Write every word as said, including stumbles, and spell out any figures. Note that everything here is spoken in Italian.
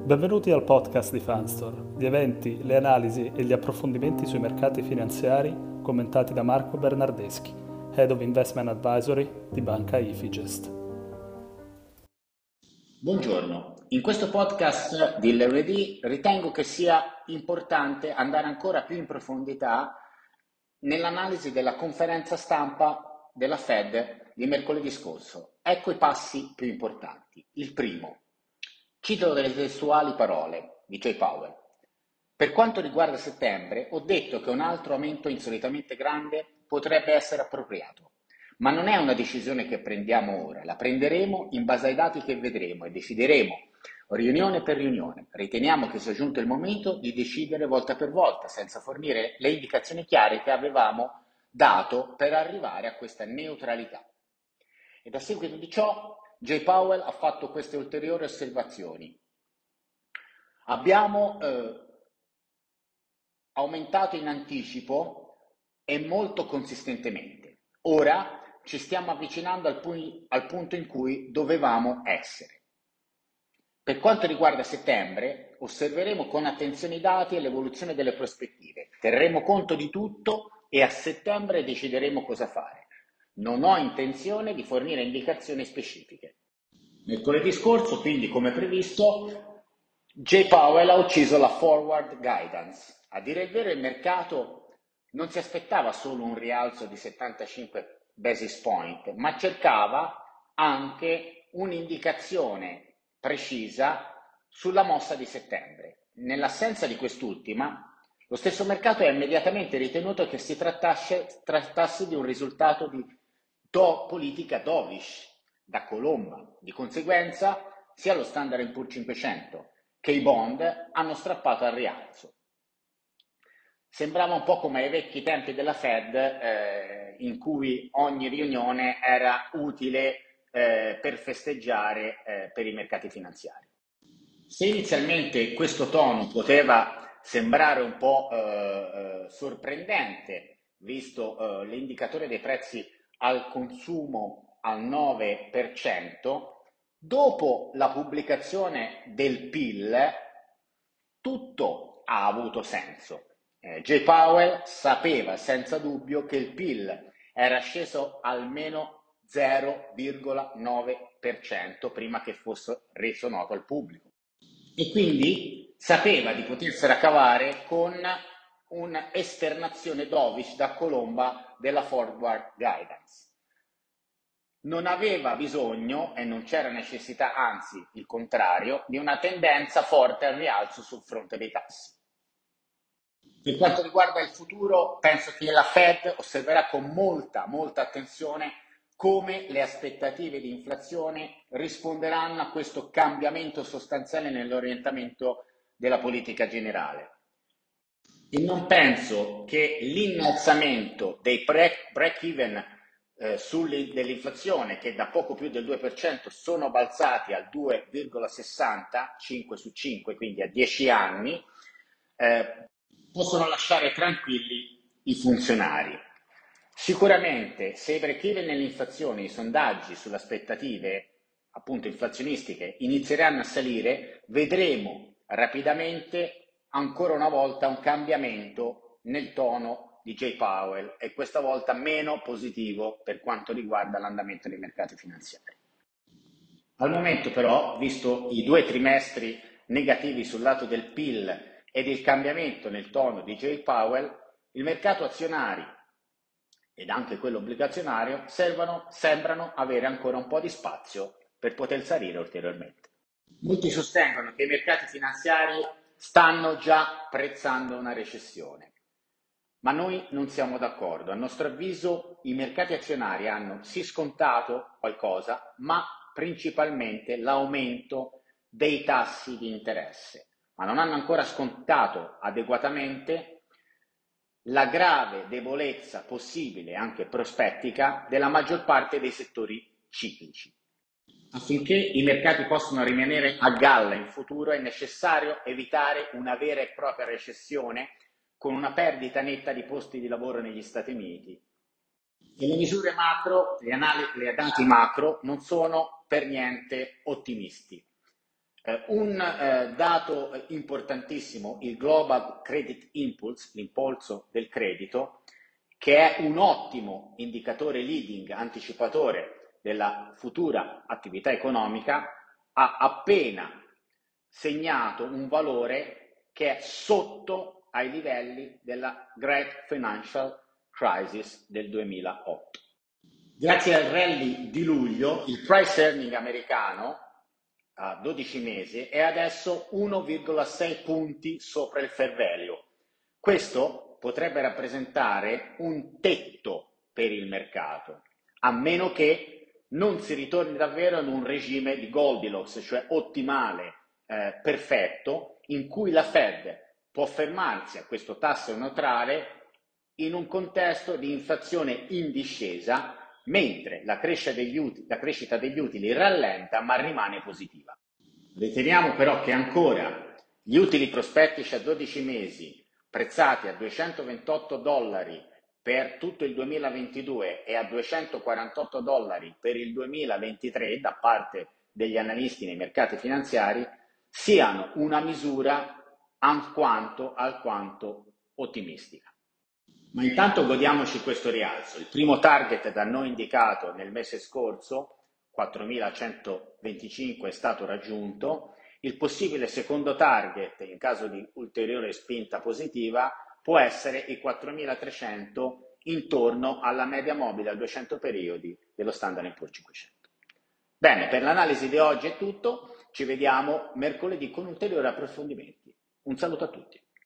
Benvenuti al podcast di Fanstore, gli eventi, le analisi e gli approfondimenti sui mercati finanziari commentati da Marco Bernardeschi, Head of Investment Advisory di Banca Ifigest. Buongiorno, in questo podcast di lunedì ritengo che sia importante andare ancora più in profondità nell'analisi della conferenza stampa della Fed di mercoledì scorso. Ecco i passi più importanti. Il primo, cito delle testuali parole di Jay Powell. Per quanto riguarda settembre, ho detto che un altro aumento insolitamente grande potrebbe essere appropriato, ma non è una decisione che prendiamo ora, la prenderemo in base ai dati che vedremo e decideremo riunione per riunione. Riteniamo che sia giunto il momento di decidere volta per volta, senza fornire le indicazioni chiare che avevamo dato per arrivare a questa neutralità. Ed a seguito di ciò, Jay Powell ha fatto queste ulteriori osservazioni. Abbiamo eh, aumentato in anticipo e molto consistentemente. Ora ci stiamo avvicinando al, pu- al punto in cui dovevamo essere. Per quanto riguarda settembre, osserveremo con attenzione i dati e l'evoluzione delle prospettive. Terremo conto di tutto e a settembre decideremo cosa fare. Non ho intenzione di fornire indicazioni specifiche. Mercoledì scorso, quindi come previsto, Jay Powell ha ucciso la forward guidance. A dire il vero, il mercato non si aspettava solo un rialzo di settantacinque basis point, ma cercava anche un'indicazione precisa sulla mossa di settembre. Nell'assenza di quest'ultima, lo stesso mercato ha immediatamente ritenuto che si trattasse, trattasse di un risultato di do, politica dovish da colomba. Di conseguenza, sia lo Standard and Poor's cinquecento che i bond hanno strappato al rialzo. Sembrava un po' come ai vecchi tempi della Fed, eh, in cui ogni riunione era utile eh, per festeggiare eh, per i mercati finanziari. Se inizialmente questo tono poteva sembrare un po' eh, eh, sorprendente, visto eh, l'indicatore dei prezzi al consumo al nove per cento, dopo la pubblicazione del P I L tutto ha avuto senso. Eh, Jay Powell sapeva senza dubbio che il P I L era sceso almeno zero virgola nove per cento prima che fosse reso noto al pubblico e quindi sapeva di potersela cavare con un'esternazione dovish da colomba della forward guidance. Non aveva bisogno e non c'era necessità, anzi il contrario, di una tendenza forte al rialzo sul fronte dei tassi. Per quanto riguarda il futuro, penso che la Fed osserverà con molta, molta attenzione come le aspettative di inflazione risponderanno a questo cambiamento sostanziale nell'orientamento della politica generale. E non penso che l'innalzamento dei break-even eh, dell'inflazione, che da poco più del due per cento sono balzati al due virgola sessanta, cinque su cinque, quindi a dieci anni, eh, possono lasciare tranquilli i funzionari. Sicuramente se i break-even nell'inflazione, i sondaggi sulle aspettative appunto inflazionistiche inizieranno a salire, vedremo rapidamente ancora una volta un cambiamento nel tono di Jay Powell e questa volta meno positivo per quanto riguarda l'andamento dei mercati finanziari. Al momento però, visto i due trimestri negativi sul lato del P I L ed il cambiamento nel tono di Jay Powell, il mercato azionario ed anche quello obbligazionario servono, sembrano avere ancora un po' di spazio per poter salire ulteriormente. Molti sostengono che i mercati finanziari stanno già prezzando una recessione, ma noi non siamo d'accordo. A nostro avviso i mercati azionari hanno sì scontato qualcosa, ma principalmente l'aumento dei tassi di interesse, ma non hanno ancora scontato adeguatamente la grave debolezza possibile, anche prospettica, della maggior parte dei settori ciclici. Affinché i mercati possano rimanere a galla in futuro è necessario evitare una vera e propria recessione con una perdita netta di posti di lavoro negli Stati Uniti. E le misure macro, le analisi, le dati macro non sono per niente ottimisti. Eh, un eh, dato importantissimo, il Global Credit Impulse, l'impulso del credito, che è un ottimo indicatore leading, anticipatore della futura attività economica, ha appena segnato un valore che è sotto ai livelli della Great Financial Crisis del duemilaotto. Grazie al rally di luglio, il price earning americano a dodici mesi è adesso uno virgola sei punti sopra il fair value. Questo potrebbe rappresentare un tetto per il mercato, a meno che non si ritorni davvero in un regime di Goldilocks, cioè ottimale, eh, perfetto, in cui la Fed può fermarsi a questo tasso neutrale in un contesto di inflazione in discesa, mentre la crescita degli utili, la crescita degli utili rallenta ma rimane positiva. Riteniamo però che ancora gli utili prospettici a dodici mesi, prezzati a duecentoventotto dollari per tutto il duemilaventidue e a duecentoquarantotto dollari per il duemilaventitré da parte degli analisti nei mercati finanziari, siano una misura alquanto, alquanto ottimistica. Ma intanto godiamoci questo rialzo. Il primo target da noi indicato nel mese scorso, quattromilacentoventicinque, è stato raggiunto. Il possibile secondo target, in caso di ulteriore spinta positiva, può essere i quattromilatrecento intorno alla media mobile a duecento periodi dello Standard and Poor's cinquecento. Bene, per l'analisi di oggi è tutto. Ci vediamo mercoledì con ulteriori approfondimenti. Un saluto a tutti.